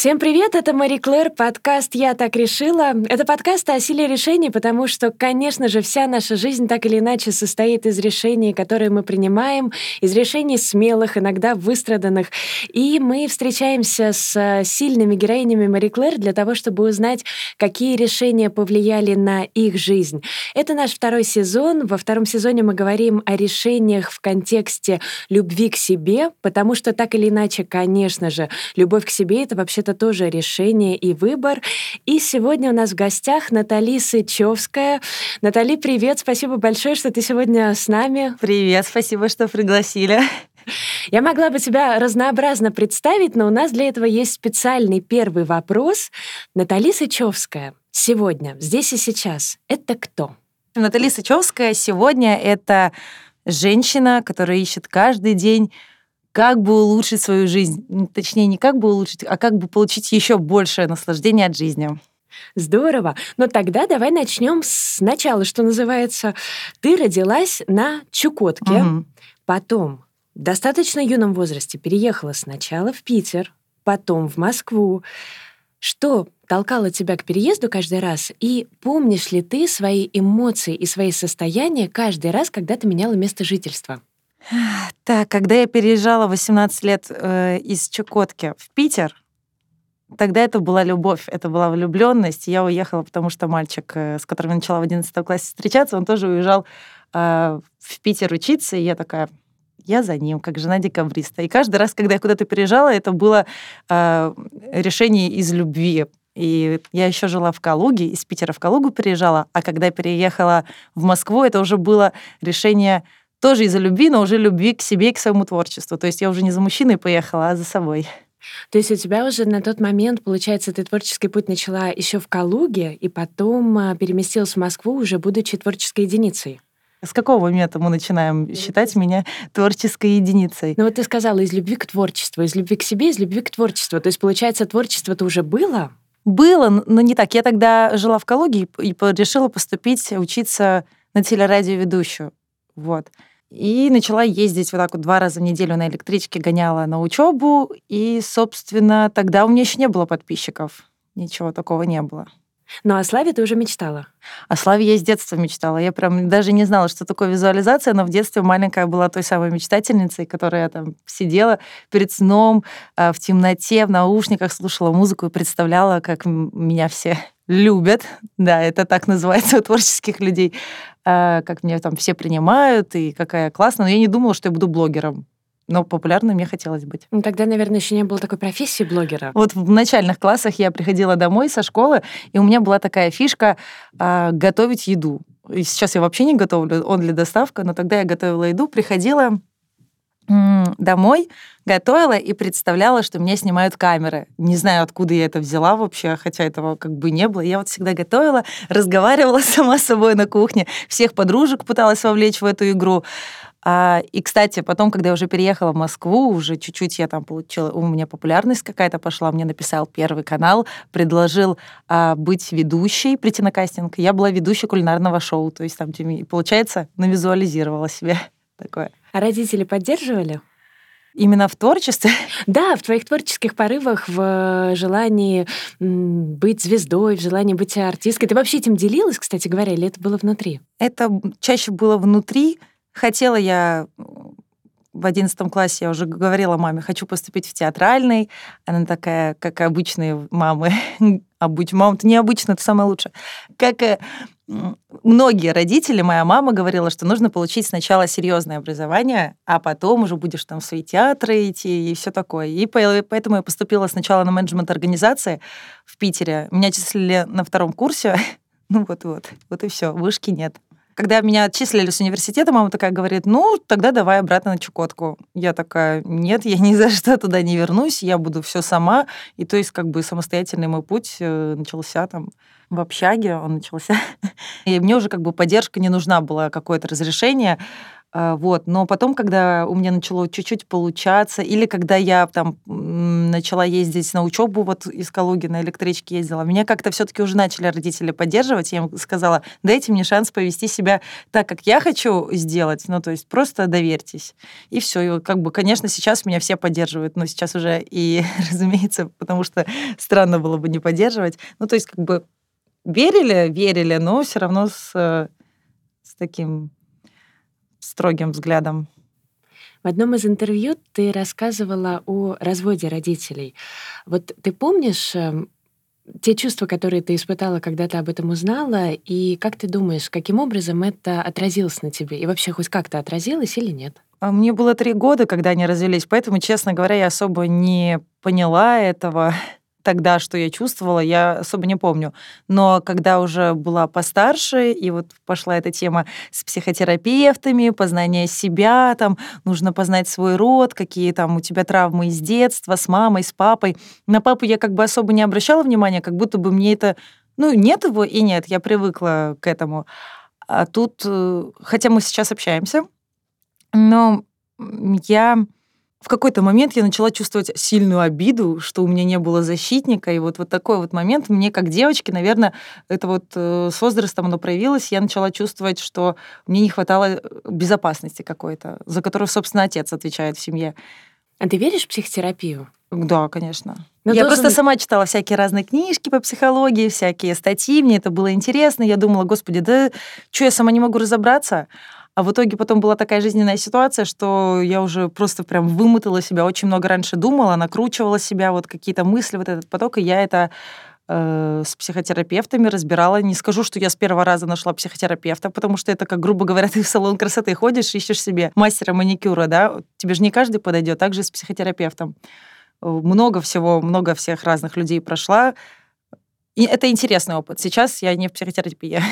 Всем привет, это Мари Клэр, подкаст «Я так решила». Это подкаст о силе решений, потому что, конечно же, вся наша жизнь так или иначе состоит из решений, которые мы принимаем, из решений смелых, иногда выстраданных. И мы встречаемся с сильными героинями Мари Клэр для того, чтобы узнать, какие решения повлияли на их жизнь. Это наш второй сезон. Во втором сезоне мы говорим о решениях в контексте любви к себе, потому что так или иначе, конечно же, любовь к себе — это вообще это тоже решение и выбор. И сегодня у нас в гостях Натали Сычевская. Натали, привет, спасибо большое, что ты сегодня с нами. Привет, спасибо, что пригласили. Я могла бы тебя разнообразно представить, но у нас для этого есть специальный первый вопрос. Натали Сычевская сегодня, здесь и сейчас, это кто? Натали Сычевская сегодня — это женщина, которая ищет каждый день, как бы улучшить свою жизнь. Точнее, не как бы улучшить, а как бы получить еще большее наслаждение от жизни. Здорово. Но тогда давай начнем сначала, что называется. Ты родилась на Чукотке, потом в достаточно юном возрасте переехала сначала в Питер, потом в Москву. Что толкало тебя к переезду каждый раз? И помнишь ли ты свои эмоции и свои состояния каждый раз, когда ты меняла место жительства? Так, когда я переезжала 18 лет из Чукотки в Питер, тогда это была любовь, это была влюбленность. Я уехала, потому что мальчик, с которым я начала в 11 классе встречаться, он тоже уезжал в Питер учиться, и я такая, я за ним, как жена декабриста. И каждый раз, когда я куда-то переезжала, это было решение из любви. И я еще жила в Калуге, из Питера в Калугу переезжала, а когда переехала в Москву, это уже было решение тоже из-за любви, но уже любви к себе и к своему творчеству. То есть я уже не за мужчиной поехала, а за собой. То есть у тебя уже на тот момент, получается, ты творческий путь начала еще в Калуге, и потом переместилась в Москву, уже будучи творческой единицей. С какого момента мы начинаем считать меня творческой единицей? Ну вот ты сказала, из любви к творчеству, из любви к себе, из любви к творчеству. То есть, получается, творчество-то уже было? Было, но не так. Я тогда жила в Калуге и решила поступить, учиться на телерадиоведущую. Вот. И начала ездить вот так вот 2 раза в неделю на электричке, гоняла на учебу. И, собственно, тогда у меня еще не было подписчиков. Ничего такого не было. Но о славе ты уже мечтала? О славе я с детства мечтала. Я прям даже не знала, что такое визуализация, но в детстве маленькая была той самой мечтательницей, которая там сидела перед сном в темноте, в наушниках, слушала музыку и представляла, как меня все любят. Да, это так называется у творческих людей. Как меня там все принимают и какая классная. Но я не думала, что я буду блогером. Но популярной мне хотелось быть. Ну, тогда, наверное, еще не было такой профессии блогера. Вот в начальных классах я приходила домой со школы, и у меня была такая фишка готовить еду. И сейчас я вообще не готовлю, онли доставка, но тогда я готовила еду, приходила домой, готовила и представляла, что меня снимают камеры. Не знаю, откуда я это взяла вообще, хотя этого как бы не было. Я вот всегда готовила, разговаривала сама с собой на кухне, всех подружек пыталась вовлечь в эту игру. И, кстати, потом, когда я уже переехала в Москву, уже чуть-чуть я там получила, у меня популярность какая-то пошла, мне написал Первый канал, предложил быть ведущей, прийти на кастинг. Я была ведущей кулинарного шоу, то есть там, получается, навизуализировала себе такое. А родители поддерживали? Именно в творчестве? Да, в твоих творческих порывах, в желании быть звездой, в желании быть артисткой. Ты вообще этим делилась, кстати говоря, или это было внутри? Это чаще было внутри. Хотела я в 11 классе, я уже говорила маме, хочу поступить в театральный. Она такая, как обычные мамы. Мама-то необычно, это самое лучшее. Как многие родители, моя мама говорила, что нужно получить сначала серьезное образование, а потом уже будешь там в свои театры идти и все такое. И поэтому я поступила сначала на менеджмент организации в Питере. Меня числили на 2 курсе. Ну вот и все, вышки нет. Когда меня отчислили с университета, мама такая говорит, ну, тогда давай обратно на Чукотку. Я такая, нет, я ни за что туда не вернусь, я буду все сама. И то есть как бы самостоятельный мой путь начался там в общаге, он начался. И мне уже как бы поддержка не нужна была, какое-то разрешение. Вот. Но потом, когда у меня начало чуть-чуть получаться, или когда я там начала ездить на учебу, вот из Калуги на электричке ездила. Меня как-то все-таки уже начали родители поддерживать. Я им сказала, дайте мне шанс повести себя так, как я хочу сделать. Ну, то есть просто доверьтесь. И все. И как бы, конечно, сейчас меня все поддерживают, но сейчас уже и, разумеется, потому что странно было бы не поддерживать. Ну, то есть как бы верили, но все равно с таким строгим взглядом. В одном из интервью ты рассказывала о разводе родителей. Вот ты помнишь те чувства, которые ты испытала, когда ты об этом узнала, и как ты думаешь, каким образом это отразилось на тебе? И вообще хоть как-то отразилось или нет? Мне было 3 года, когда они развелись, поэтому, честно говоря, я особо не поняла этого тогда, что я чувствовала, я особо не помню. Но когда уже была постарше, и вот пошла эта тема с психотерапевтами, познание себя, там, нужно познать свой род, какие там у тебя травмы из детства, с мамой, с папой. На папу я как бы особо не обращала внимания, как будто бы мне это... Ну, нет его и нет, я привыкла к этому. А тут, хотя мы сейчас общаемся, но я в какой-то момент я начала чувствовать сильную обиду, что у меня не было защитника. И вот такой вот момент мне, как девочке, наверное, это вот с возрастом оно проявилось. Я начала чувствовать, что мне не хватало безопасности какой-то, за которую, собственно, отец отвечает в семье. А ты веришь в психотерапию? Да, конечно. Но Я должен- просто сама читала всякие разные книжки по психологии, всякие статьи, мне это было интересно. Я думала, господи, да что, я сама не могу разобраться? А в итоге потом была такая жизненная ситуация, что я уже просто прям вымотала себя, очень много раньше думала, накручивала себя, вот какие-то мысли, вот этот поток, и я это с психотерапевтами разбирала. Не скажу, что я с первого раза нашла психотерапевта, потому что это, как, грубо говоря, ты в салон красоты ходишь, ищешь себе мастера маникюра, да, тебе же не каждый подойдет, так же с психотерапевтом. Много всего, много всех разных людей прошла. И это интересный опыт. Сейчас я не в психотерапии.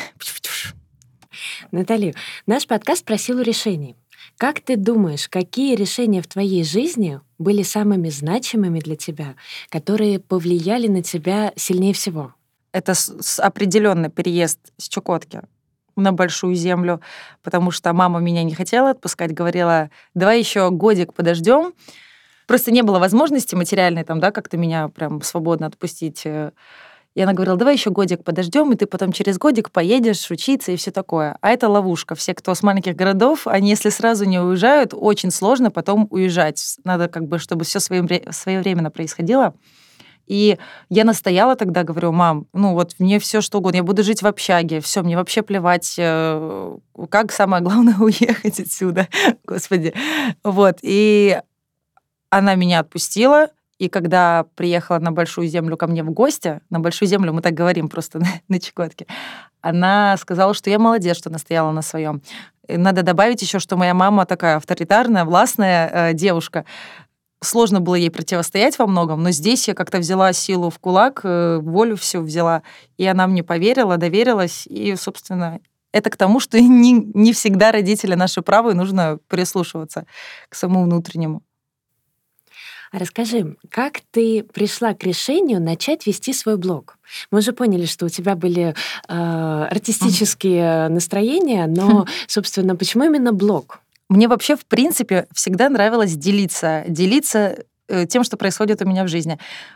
Натали, наш подкаст про силу решений. Как ты думаешь, какие решения в твоей жизни были самыми значимыми для тебя, которые повлияли на тебя сильнее всего? Это определенный переезд с Чукотки на Большую Землю, потому что мама меня не хотела отпускать, говорила, давай еще годик подождем. Просто не было возможности материальной там, да, как-то меня прям свободно отпустить. И она говорила, давай еще годик подождем, и ты потом через годик поедешь учиться и все такое. А это ловушка. Все, кто с маленьких городов, они если сразу не уезжают, очень сложно потом уезжать. Надо как бы, чтобы все своевременно происходило. И я настояла тогда, говорю, мам, ну вот мне все что угодно, я буду жить в общаге, все, мне вообще плевать, как самое главное уехать отсюда, господи. Вот, и она меня отпустила, и когда приехала на Большую Землю ко мне в гости, на Большую Землю мы так говорим просто на Чукотке, она сказала, что я молодец, что настояла на своем. Надо добавить еще, что моя мама такая авторитарная, властная девушка. Сложно было ей противостоять во многом, но здесь я как-то взяла силу в кулак, волю всю взяла, и она мне поверила, доверилась, и, собственно, это к тому, что не всегда родители наши правы, нужно прислушиваться к самому внутреннему. Расскажи, как ты пришла к решению начать вести свой блог? Мы уже поняли, что у тебя были артистические настроения, но, собственно, почему именно блог? Мне вообще, в принципе, всегда нравилось делиться тем, что происходит у меня в жизни.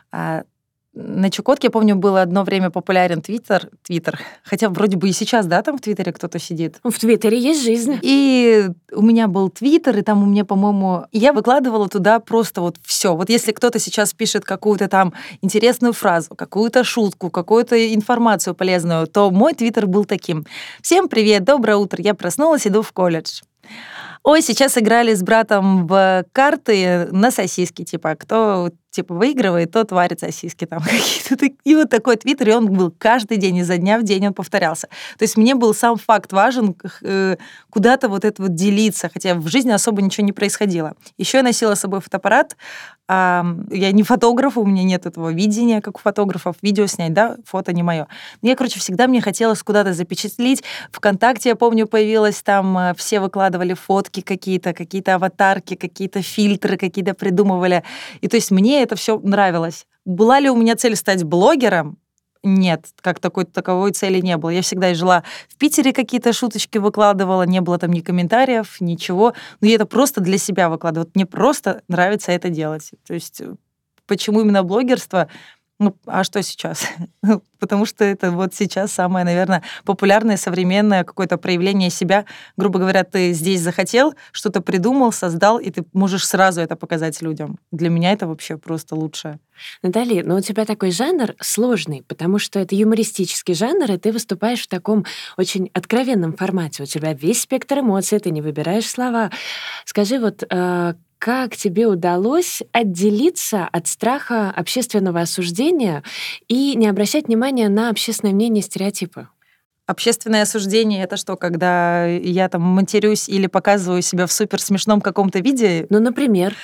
На Чукотке, я помню, было одно время популярен Твиттер, хотя вроде бы и сейчас, да, там в Твиттере кто-то сидит. В Твиттере есть жизнь. И у меня был Твиттер, и там у меня, по-моему, я выкладывала туда просто вот все. Вот если кто-то сейчас пишет какую-то там интересную фразу, какую-то шутку, какую-то информацию полезную, то мой Твиттер был таким. Всем привет, доброе утро, я проснулась, иду в колледж. Ой, сейчас играли с братом в карты на сосиски, типа, кто выигрывает, тот варит сосиски там какие-то. И вот такой твиттер, и он был каждый день, изо дня в день он повторялся. То есть мне был сам факт важен, куда-то вот это вот делиться, хотя в жизни особо ничего не происходило. Еще я носила с собой фотоаппарат. Я не фотограф, у меня нет этого видения, как у фотографов, видео снять, да, фото не мое. Я, всегда мне хотелось куда-то запечатлить. ВКонтакте, я помню, появилась там, все выкладывали фотки какие-то аватарки, какие-то фильтры какие-то придумывали. И то есть мне это все нравилось. Была ли у меня цель стать блогером? Нет, как таковой цели не было. Я всегда жила в Питере, какие-то шуточки выкладывала, не было там ни комментариев, ничего. Но я это просто для себя выкладывала. Мне просто нравится это делать. То есть почему именно блогерство? Ну, а что сейчас? Потому что это вот сейчас самое, наверное, популярное, современное какое-то проявление себя. Грубо говоря, ты здесь захотел, что-то придумал, создал, и ты можешь сразу это показать людям. Для меня это вообще просто лучшее. Натали, но у тебя такой жанр сложный, потому что это юмористический жанр, и ты выступаешь в таком очень откровенном формате. У тебя весь спектр эмоций, ты не выбираешь слова. Скажи, вот как тебе удалось отделиться от страха общественного осуждения и не обращать внимания на общественное мнение и стереотипы? Общественное осуждение — это что, когда я там матерюсь или показываю себя в супер смешном каком-то виде? Ну, например.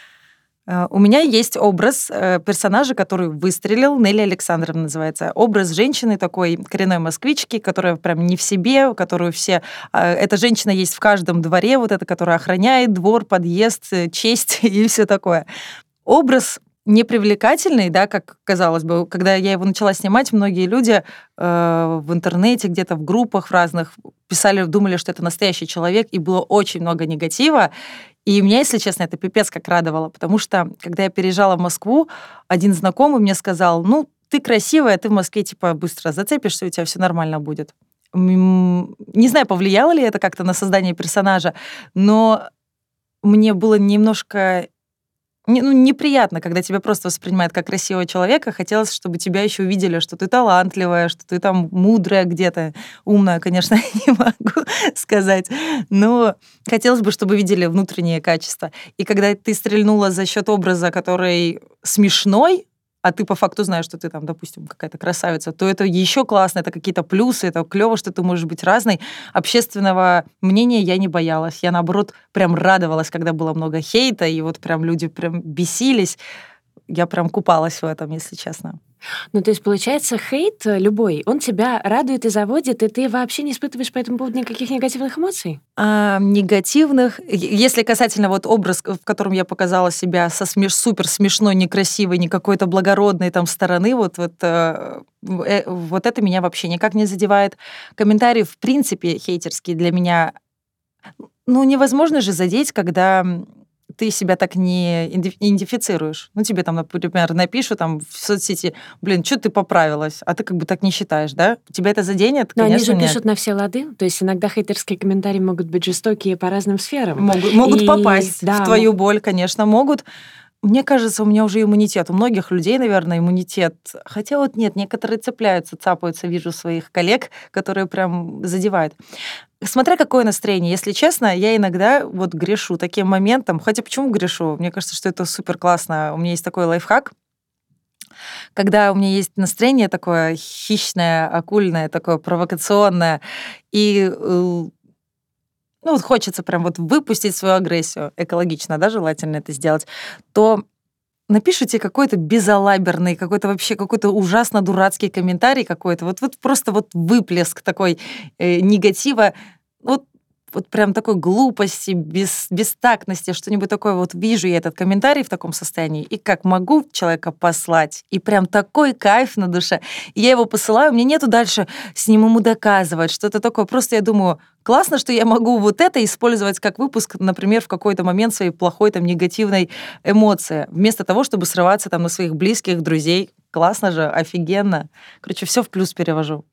У меня есть образ персонажа, который выстрелил, Нелли Александровна называется. Образ женщины такой, коренной москвички, которая прям не в себе, у которую все... Эта женщина есть в каждом дворе, вот эта, которая охраняет двор, подъезд, честь и все такое. Образ непривлекательный, да, как казалось бы. Когда я его начала снимать, многие люди в интернете, где-то в группах в разных писали, думали, что это настоящий человек, и было очень много негатива. И меня, если честно, это пипец как радовало, потому что, когда я переезжала в Москву, один знакомый мне сказал: ну, ты красивая, ты в Москве типа быстро зацепишься, у тебя все нормально будет. Не знаю, повлияло ли это как-то на создание персонажа, но мне было немножко неприятно, когда тебя просто воспринимают как красивого человека. Хотелось, чтобы тебя еще увидели, что ты талантливая, что ты там мудрая где-то. Умная, конечно, не могу сказать. Но хотелось бы, чтобы видели внутренние качества. И когда ты стрельнула за счет образа, который смешной, а ты по факту знаешь, что ты там, допустим, какая-то красавица, то это еще классно, это какие-то плюсы, это клево, что ты можешь быть разной. Общественного мнения я не боялась. Я, наоборот, прям радовалась, когда было много хейта, и вот прям люди прям бесились. Я прям купалась в этом, если честно. Ну, то есть, получается, хейт любой, он тебя радует и заводит, и ты вообще не испытываешь по этому поводу никаких негативных эмоций? Негативных, если касательно вот образ, в котором я показала себя со супер смешной, некрасивой, не какой-то благородной там стороны, вот это меня вообще никак не задевает. Комментарии, в принципе, хейтерские для меня, невозможно же задеть, когда ты себя так не идентифицируешь. Тебе там, например, напишут там в соцсети: блин, что ты поправилась, а ты как бы так не считаешь, да? Тебя это заденет? Но конечно, они же нет. пишут на все лады, то есть иногда хейтерские комментарии могут быть жестокие по разным сферам. Могут попасть в твою боль, конечно, могут. Мне кажется, у меня уже иммунитет. У многих людей, наверное, иммунитет. Хотя вот нет, некоторые цепляются, цапаются, вижу своих коллег, которые прям задевают. Смотря какое настроение. Если честно, я иногда вот грешу таким моментом. Хотя почему грешу? Мне кажется, что это супер классно. У меня есть такой лайфхак. Когда у меня есть настроение такое хищное, акульное, такое провокационное, и хочется прям вот выпустить свою агрессию, экологично, да, желательно это сделать, то напишите какой-то безалаберный, какой-то ужасно дурацкий комментарий какой-то, вот просто вот выплеск такой негатива, вот прям такой глупости, бестактности, что-нибудь такое. Вот вижу я этот комментарий в таком состоянии, и как могу человека послать, и прям такой кайф на душе. И я его посылаю, у меня нету дальше с ним ему доказывать, что-то такое. Просто я думаю, классно, что я могу вот это использовать как выпуск, например, в какой-то момент своей плохой, там, негативной эмоции, вместо того, чтобы срываться там на своих близких, друзей. Классно же, офигенно. Короче, все в плюс перевожу.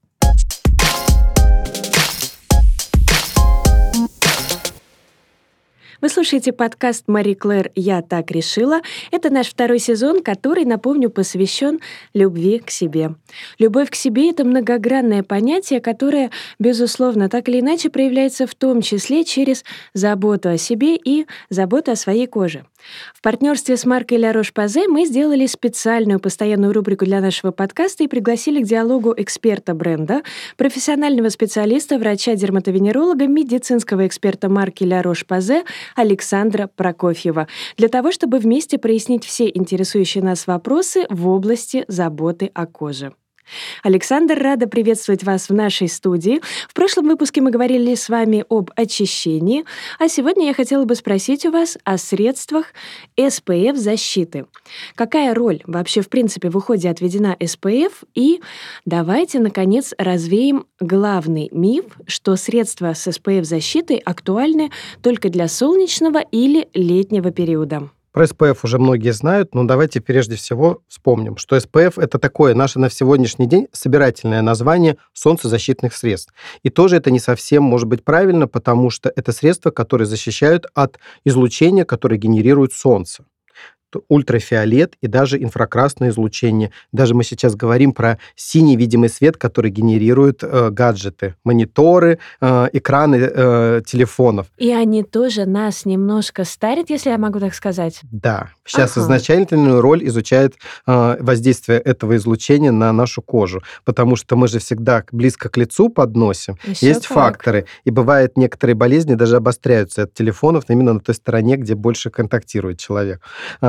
Вы слушаете подкаст Мари Клэр «Я так решила». Это наш второй сезон, который, напомню, посвящен любви к себе. Любовь к себе — это многогранное понятие, которое, безусловно, так или иначе проявляется в том числе через заботу о себе и заботу о своей коже. В партнерстве с маркой Ля Рош-Посay мы сделали специальную постоянную рубрику для нашего подкаста и пригласили к диалогу эксперта бренда, профессионального специалиста, врача-дерматовенеролога, медицинского эксперта марки Ля Рош-Посay Александра Прокофьева, для того, чтобы вместе прояснить все интересующие нас вопросы в области заботы о коже. Александр, рада приветствовать вас в нашей студии. В прошлом выпуске мы говорили с вами об очищении, а сегодня я хотела бы спросить у вас о средствах SPF-защиты. Какая роль вообще, в принципе, в уходе отведена SPF? И давайте, наконец, развеем главный миф, что средства с SPF-защитой актуальны только для солнечного или летнего периода. Про SPF уже многие знают, но давайте прежде всего вспомним, что SPF – это такое наше на сегодняшний день собирательное название солнцезащитных средств. И тоже это не совсем может быть правильно, потому что это средства, которые защищают от излучения, которое генерирует солнце. Ультрафиолет и даже инфракрасное излучение. Даже мы сейчас говорим про синий видимый свет, который генерируют гаджеты, мониторы, экраны телефонов. И они тоже нас немножко старят, если я могу так сказать? Да. Сейчас значительную роль изучает воздействие этого излучения на нашу кожу, потому что мы же всегда близко к лицу подносим. Есть факторы. И бывает, некоторые болезни даже обостряются от телефонов именно на той стороне, где больше контактирует человек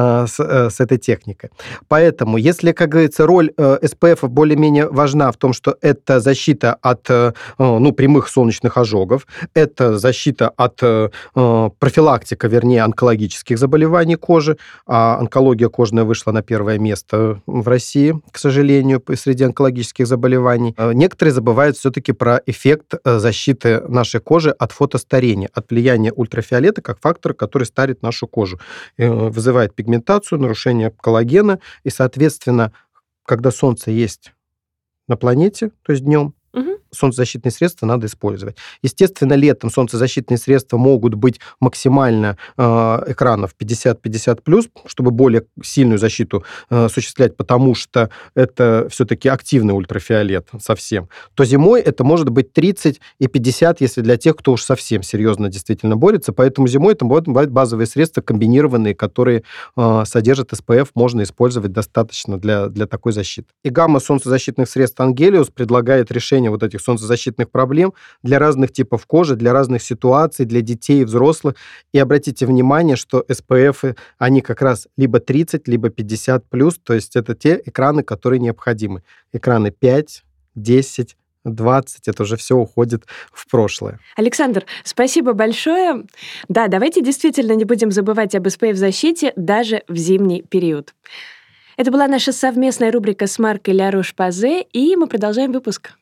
с этой техникой. Поэтому, если, как говорится, роль SPF более-менее важна в том, что это защита от прямых солнечных ожогов, это защита от профилактика, вернее, онкологических заболеваний кожи, а онкология кожная вышла на первое место в России, к сожалению, среди онкологических заболеваний. Некоторые забывают все-таки про эффект защиты нашей кожи от фотостарения, от влияния ультрафиолета как фактора, который старит нашу кожу, вызывает пигментацию, нарушение коллагена, и, соответственно, когда солнце есть на планете, то есть днем, солнцезащитные средства надо использовать. Естественно, летом солнцезащитные средства могут быть максимально экранов 50-50+, чтобы более сильную защиту осуществлять, потому что это все-таки активный ультрафиолет совсем. То зимой это может быть 30 и 50, если для тех, кто уж совсем серьезно действительно борется. Поэтому зимой это бывают базовые средства комбинированные, которые содержат SPF, можно использовать достаточно для такой защиты. И гамма солнцезащитных средств Ангелиус предлагает решение вот этих солнцезащитных проблем для разных типов кожи, для разных ситуаций, для детей и взрослых. И обратите внимание, что SPF, они как раз либо 30, либо 50+, то есть это те экраны, которые необходимы. Экраны 5, 10, 20, это уже все уходит в прошлое. Александр, спасибо большое. Да, давайте действительно не будем забывать об SPF-защите даже в зимний период. Это была наша совместная рубрика с маркой Ля Рош-Посay, и мы продолжаем выпуск.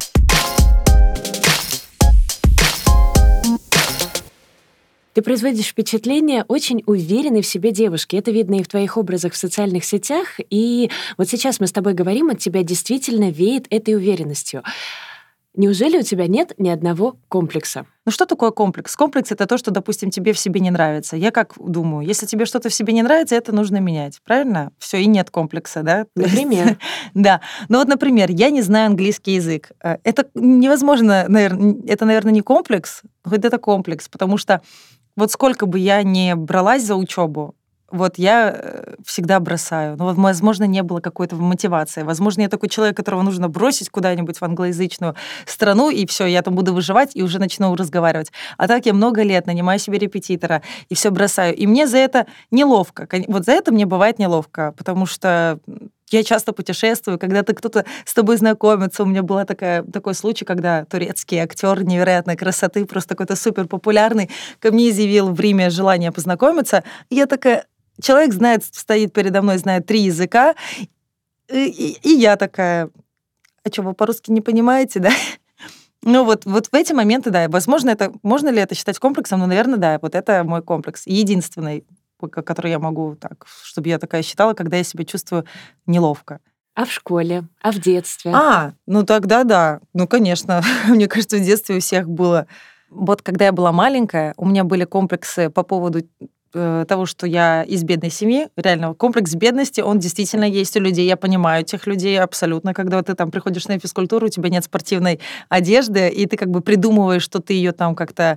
Ты производишь впечатление очень уверенной в себе девушки. Это видно и в твоих образах в социальных сетях. И вот сейчас мы с тобой говорим, от тебя действительно веет этой уверенностью. Неужели у тебя нет ни одного комплекса? Ну что такое комплекс? Комплекс — это то, что, допустим, тебе в себе не нравится. Я как думаю, если тебе что-то в себе не нравится, это нужно менять, правильно? Все, и нет комплекса, да? Например? Да. Ну вот, например, я не знаю английский язык. Это невозможно, наверное, не комплекс, хоть это комплекс, потому что вот сколько бы я ни бралась за учебу, вот я всегда бросаю. Ну, вот, возможно, не было какой-то мотивации. Возможно, я такой человек, которого нужно бросить куда-нибудь в англоязычную страну, и все, я там буду выживать и уже начну разговаривать. А так я много лет нанимаю себе репетитора и все бросаю. И мне за это неловко. Вот за это мне бывает неловко, потому что я часто путешествую, когда-то кто-то с тобой знакомится. У меня был такой случай, когда турецкий актер невероятной красоты, просто какой-то супер популярный, ко мне изъявил в Риме желание познакомиться. И я такая... Человек стоит передо мной, знает 3 языка, и я такая, а что, вы по-русски не понимаете, да? Ну вот в эти моменты, да, возможно, можно ли это считать комплексом? Ну, наверное, да, вот это мой комплекс. Единственный, который я могу так, чтобы я такая считала, когда я себя чувствую неловко. А в школе? А в детстве? Ну тогда да. Ну, конечно. Мне кажется, в детстве у всех было. Вот когда я была маленькая, у меня были комплексы по поводу того, что я из бедной семьи, реально, комплекс бедности, он действительно есть у людей. Я понимаю этих людей абсолютно. Когда ты там приходишь на физкультуру, у тебя нет спортивной одежды, и ты как бы придумываешь, что ты ее там как-то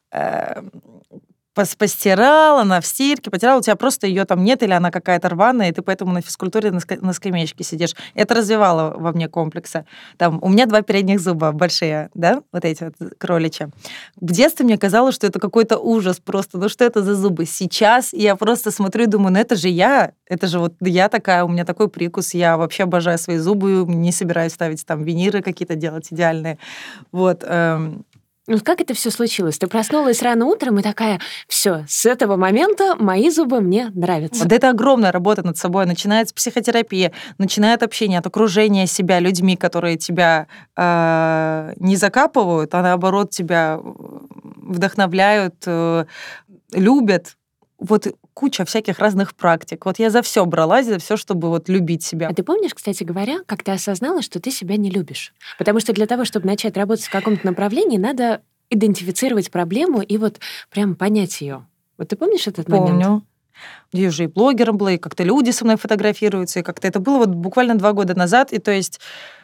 постирала, она в стирке, потирала, у тебя просто ее там нет, или она какая-то рваная, и ты поэтому на физкультуре на скамеечке сидишь. Это развивало во мне комплексы. Там, у меня 2 передних зуба большие, да, вот эти вот кроличьи. В детстве мне казалось, что это какой-то ужас просто. Ну что это за зубы? Сейчас я просто смотрю и думаю, ну это же я, это же вот я такая, у меня такой прикус, я вообще обожаю свои зубы, не собираюсь ставить там виниры какие-то делать идеальные. Вот. Ну, как это все случилось? Ты проснулась рано утром и такая, все, с этого момента мои зубы мне нравятся. Да это огромная работа над собой. Начинается психотерапия, начинает общение от окружения себя людьми, которые тебя не закапывают, а наоборот тебя вдохновляют, любят. Вот куча всяких разных практик. Вот я за все бралась, за все, чтобы вот любить себя. А ты помнишь, кстати говоря, как ты осознала, что ты себя не любишь? Потому что для того, чтобы начать работать в каком-то направлении, надо идентифицировать проблему и вот прям понять ее. Вот ты помнишь этот момент? Помню. Я уже и блогером была, и как-то люди со мной фотографируются, и как-то это было вот буквально 2 года назад, и то есть,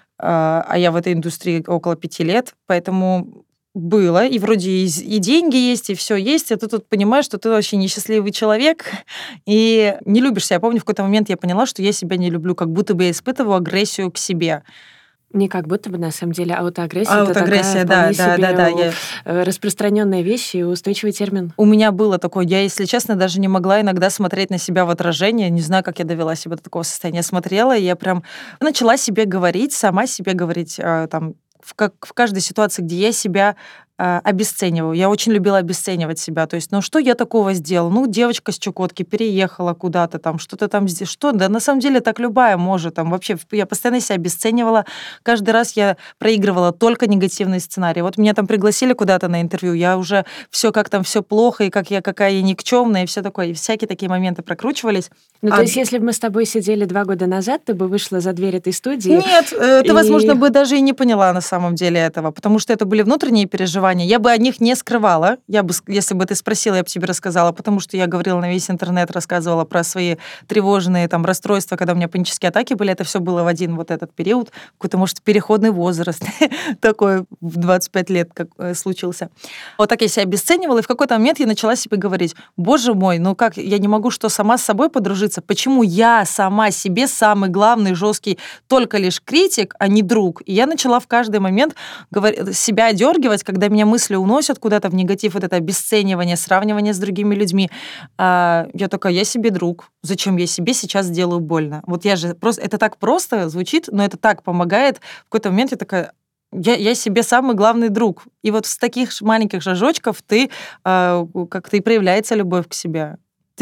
а я в этой индустрии около 5 лет, поэтому было, и вроде и деньги есть, и все есть, а ты тут понимаешь, что ты вообще несчастливый человек, и не любишь себя. Я помню, в какой-то момент я поняла, что я себя не люблю, как будто бы я испытываю агрессию к себе. Не как будто бы, на самом деле, аутоагрессия. Аутоагрессия, это да. Распространенная вещь и устойчивый термин. У меня было такое, я, если честно, даже не могла иногда смотреть на себя в отражение, не знаю, как я довела себя до такого состояния. Я смотрела, и я прям начала себе говорить, сама себе говорить, там, в каждой ситуации, где я себя обесцениваю. Я очень любила обесценивать себя. То есть, ну что я такого сделала? Ну, девочка с Чукотки переехала куда-то там, что-то там здесь. Что? Да на самом деле так любая может. Там вообще я постоянно себя обесценивала. Каждый раз я проигрывала только негативные сценарии. Вот меня там пригласили куда-то на интервью, я уже все как там все плохо, и какая я никчемная, и все такое. И всякие такие моменты прокручивались. Ну, то есть, если бы мы с тобой сидели 2 года назад, ты бы вышла за дверь этой студии. Нет, ты, возможно, бы даже и не поняла на самом деле этого, потому что это были внутренние переживания. Я бы о них не скрывала. Если бы ты спросила, я бы тебе рассказала, потому что я говорила на весь интернет, рассказывала про свои тревожные там расстройства, когда у меня панические атаки были. Это все было в один вот этот период, какой-то, может, переходный возраст такой в 25 лет как случился. Вот так я себя обесценивала, и в какой-то момент я начала себе говорить: боже мой, ну как, я не могу что, сама с собой подружиться? Почему я сама себе самый главный, жесткий, только лишь критик, а не друг? И я начала в каждый момент себя одергивать, когда меня мысли уносят куда-то в негатив, вот это обесценивание, сравнивание с другими людьми. Я такая, я себе друг. Зачем я себе сейчас делаю больно? Вот я же просто... Это так просто звучит, но это так помогает. В какой-то момент я такая... Я себе самый главный друг. И вот с таких маленьких шажочков как-то и проявляется любовь к себе.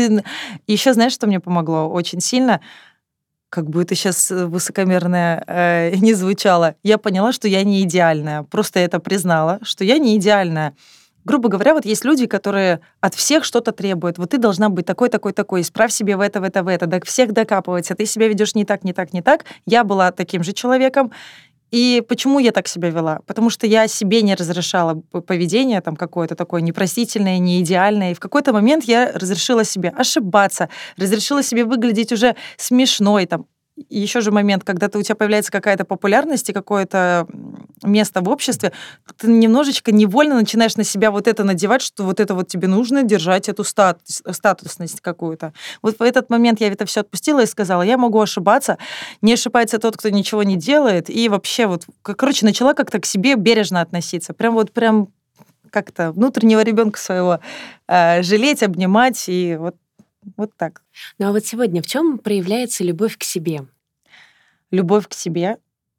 Еще знаешь, что мне помогло очень сильно? Как бы это сейчас высокомерное не звучало, я поняла, что я не идеальная. Просто это признала, что я не идеальная. Грубо говоря, вот есть люди, которые от всех что-то требуют. Вот ты должна быть такой, исправь себе в это, до всех докапываться, ты себя ведешь не так. Я была таким же человеком. И почему я так себя вела? Потому что я себе не разрешала поведение там какое-то такое непростительное, не идеальное. И в какой-то момент я разрешила себе ошибаться, разрешила себе выглядеть уже смешной. Там. И еще же момент, когда у тебя появляется какая-то популярность и какое-то место в обществе, ты немножечко невольно начинаешь на себя вот это надевать, что вот это вот тебе нужно держать эту статусность какую-то. Вот в этот момент я это все отпустила и сказала, я могу ошибаться, не ошибается тот, кто ничего не делает, и вообще вот, короче, начала как-то к себе бережно относиться, прям как-то внутреннего ребенка своего жалеть, обнимать и вот так. Ну а вот сегодня в чем проявляется любовь к себе? Любовь к себе.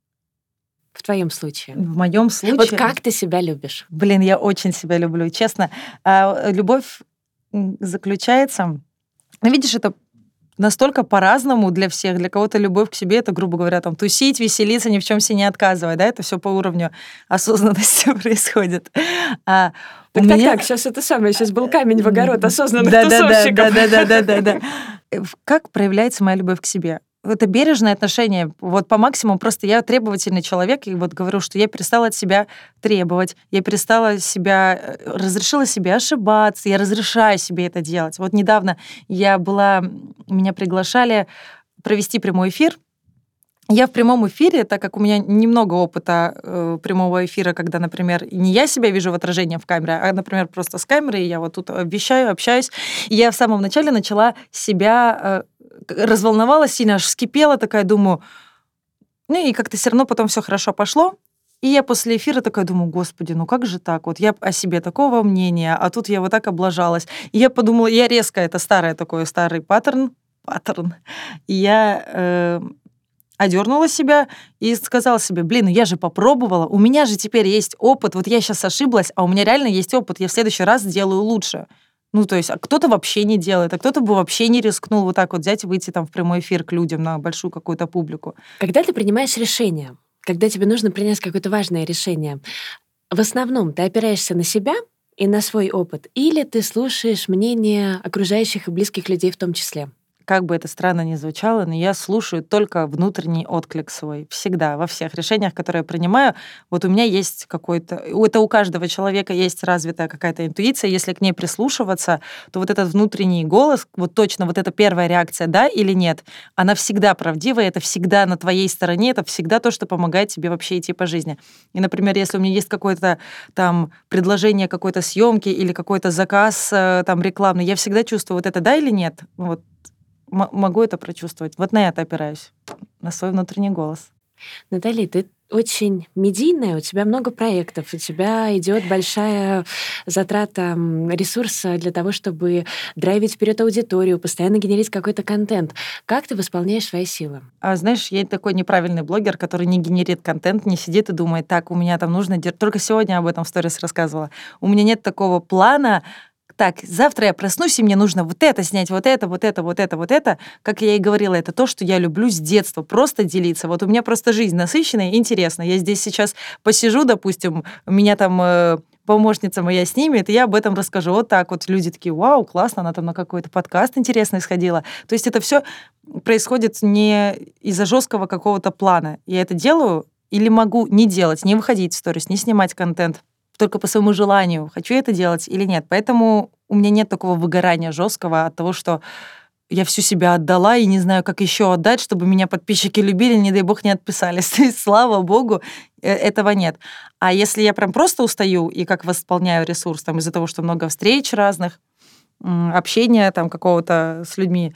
В твоем случае. В моем случае. Вот как ты себя любишь? Блин, я очень себя люблю, честно. Любовь заключается... Ну, видишь, это настолько по-разному для всех. Для кого-то любовь к себе — это, грубо говоря, там, тусить, веселиться, ни в чем себе не отказывать. Да? Это все по уровню осознанности происходит. Так, сейчас это самое, сейчас был камень в огород осознанных тусовщиков. Да. Как проявляется моя любовь к себе? Это бережное отношение. Вот по максимуму просто я требовательный человек, и вот говорю, что я перестала от себя требовать, я разрешила себе ошибаться, я разрешаю себе это делать. Вот недавно меня приглашали провести прямой эфир. Я в прямом эфире, так как у меня немного опыта прямого эфира, когда, например, не я себя вижу в отражении в камере, а, например, просто с камерой, я вот тут вещаю, общаюсь, и я в самом начале начала себя... разволновалась сильно, аж вскипела, такая, думаю, ну и как-то все равно потом все хорошо пошло. И я после эфира такая думаю, господи, ну как же так? Вот я о себе такого мнения, а тут я вот так облажалась. И я подумала, я резко, это старый паттерн, и я одернула себя и сказала себе, блин, ну я же попробовала, у меня же теперь есть опыт, вот я сейчас ошиблась, а у меня реально есть опыт, я в следующий раз сделаю лучше. Ну, то есть, кто-то вообще не делает, а кто-то бы вообще не рискнул вот так вот взять и выйти там в прямой эфир к людям, на большую какую-то публику. Когда ты принимаешь решение, когда тебе нужно принять какое-то важное решение, в основном ты опираешься на себя и на свой опыт, или ты слушаешь мнение окружающих и близких людей в том числе? Как бы это странно ни звучало, но я слушаю только внутренний отклик свой. Всегда, во всех решениях, которые я принимаю. Вот у меня есть какой-то... Это у каждого человека есть развитая какая-то интуиция. Если к ней прислушиваться, то вот этот внутренний голос, вот точно вот эта первая реакция, да или нет, она всегда правдивая, это всегда на твоей стороне, это всегда то, что помогает тебе вообще идти по жизни. И, например, если у меня есть какое-то там предложение какой-то съемки или какой-то заказ там рекламный, я всегда чувствую, вот это да или нет. Вот могу это прочувствовать. Вот на это опираюсь, на свой внутренний голос. Натали, ты очень медийная, у тебя много проектов, у тебя идет большая затрата ресурса для того, чтобы драйвить вперед аудиторию, постоянно генерить какой-то контент. Как ты восполняешь свои силы? Знаешь, я такой неправильный блогер, который не генерит контент, не сидит и думает, так, у меня там нужно... Только сегодня об этом в сторис рассказывала. У меня нет такого плана, так, завтра я проснусь, и мне нужно вот это снять, вот это, вот это, вот это, вот это. Как я и говорила, это то, что я люблю с детства, просто делиться. Вот у меня просто жизнь насыщенная и интересная. Я здесь сейчас посижу, допустим, меня там помощница моя снимет, и я об этом расскажу. Вот так вот люди такие, вау, классно, она там на какой-то подкаст интересный сходила. То есть это все происходит не из-за жесткого какого-то плана. Я это делаю или могу не делать, не выходить в сторис, не снимать контент только по своему желанию, хочу я это делать или нет. Поэтому у меня нет такого выгорания жесткого от того, что я всю себя отдала и не знаю, как еще отдать, чтобы меня подписчики любили, не дай бог, не отписались. То есть, слава богу, этого нет. А если я прям просто устаю и как восполняю ресурс там, из-за того, что много встреч разных, общения там какого-то с людьми,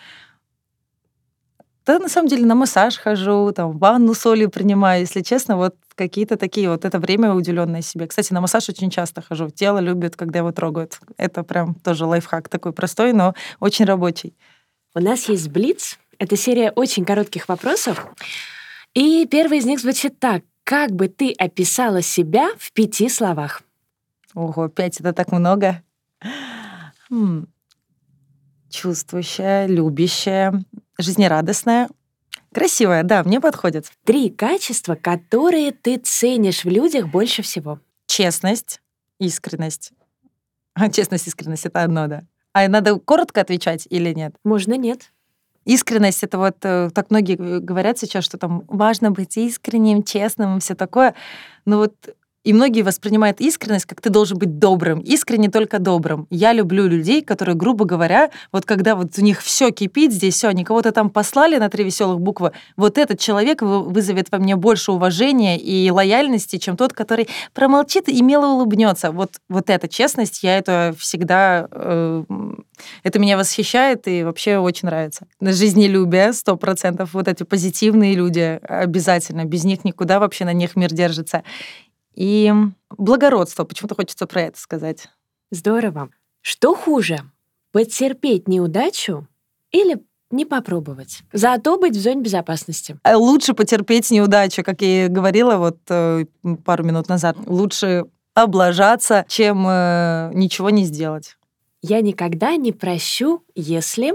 да, на самом деле, на массаж хожу, там, ванну солью принимаю, если честно, вот какие-то такие, вот это время уделенное себе. Кстати, на массаж очень часто хожу. Тело любит, когда его трогают. Это прям тоже лайфхак такой простой, но очень рабочий. У нас есть Блиц. Это серия очень коротких вопросов. И первый из них звучит так. Как бы ты описала себя в 5 словах? Ого, 5 — это так много. Чувствующая, любящая, жизнерадостная, красивая, да, мне подходит. 3 качества, которые ты ценишь в людях больше всего. Честность, искренность. Честность, искренность — это одно, да. А надо коротко отвечать или нет? Можно нет. Искренность — это вот так многие говорят сейчас, что там важно быть искренним, честным и все такое. Но вот и многие воспринимают искренность, как ты должен быть добрым, искренне только добрым. Я люблю людей, которые, грубо говоря, вот когда вот у них все кипит здесь, все, они кого-то там послали на 3 веселых буквы, вот этот человек вызовет во мне больше уважения и лояльности, чем тот, который промолчит и мило улыбнется. Вот эта честность, я это всегда... это меня восхищает и вообще очень нравится. Жизнелюбие 100%, вот эти позитивные люди обязательно, без них никуда, вообще на них мир держится. И благородство. Почему-то хочется про это сказать. Здорово. Что хуже, потерпеть неудачу или не попробовать? Зато быть в зоне безопасности. Лучше потерпеть неудачу, как я и говорила вот пару минут назад. Лучше облажаться, чем ничего не сделать. Я никогда не прощу, если...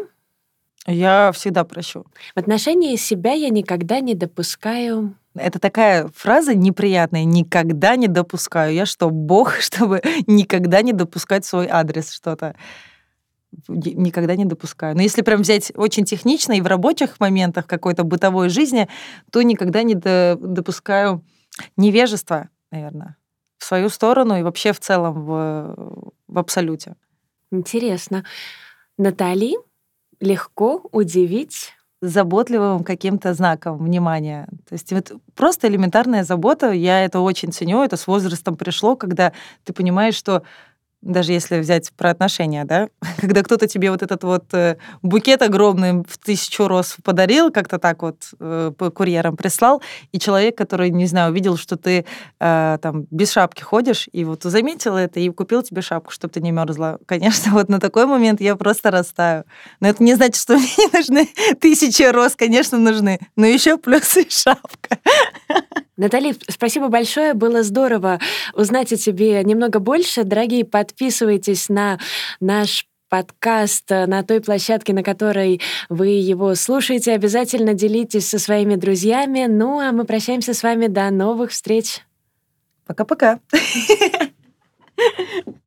Я всегда прощу. В отношении себя я никогда не допускаю... Это такая фраза неприятная. Никогда не допускаю. Я что, бог, чтобы никогда не допускать свой адрес что-то? Никогда не допускаю. Но если прям взять очень технично и в рабочих моментах какой-то бытовой жизни, то никогда не допускаю невежества, наверное, в свою сторону и вообще в целом в абсолюте. Интересно. Натали, легко удивить... заботливым каким-то знаком внимания. То есть вот просто элементарная забота, я это очень ценю, это с возрастом пришло, когда ты понимаешь, что даже если взять про отношения, да, когда кто-то тебе вот этот вот букет огромный в 1000 роз подарил, как-то так вот по курьерам прислал, и человек, который, не знаю, увидел, что ты там без шапки ходишь, и вот заметил это и купил тебе шапку, чтобы ты не мерзла. Конечно, вот на такой момент я просто растаю. Но это не значит, что мне не нужны 1000 роз, конечно, нужны, но еще плюс и шапка. Натали, спасибо большое, было здорово узнать о тебе немного больше. Дорогие, подписывайтесь на наш подкаст на той площадке, на которой вы его слушаете. Обязательно делитесь со своими друзьями. Ну, а мы прощаемся с вами до новых встреч. Пока-пока.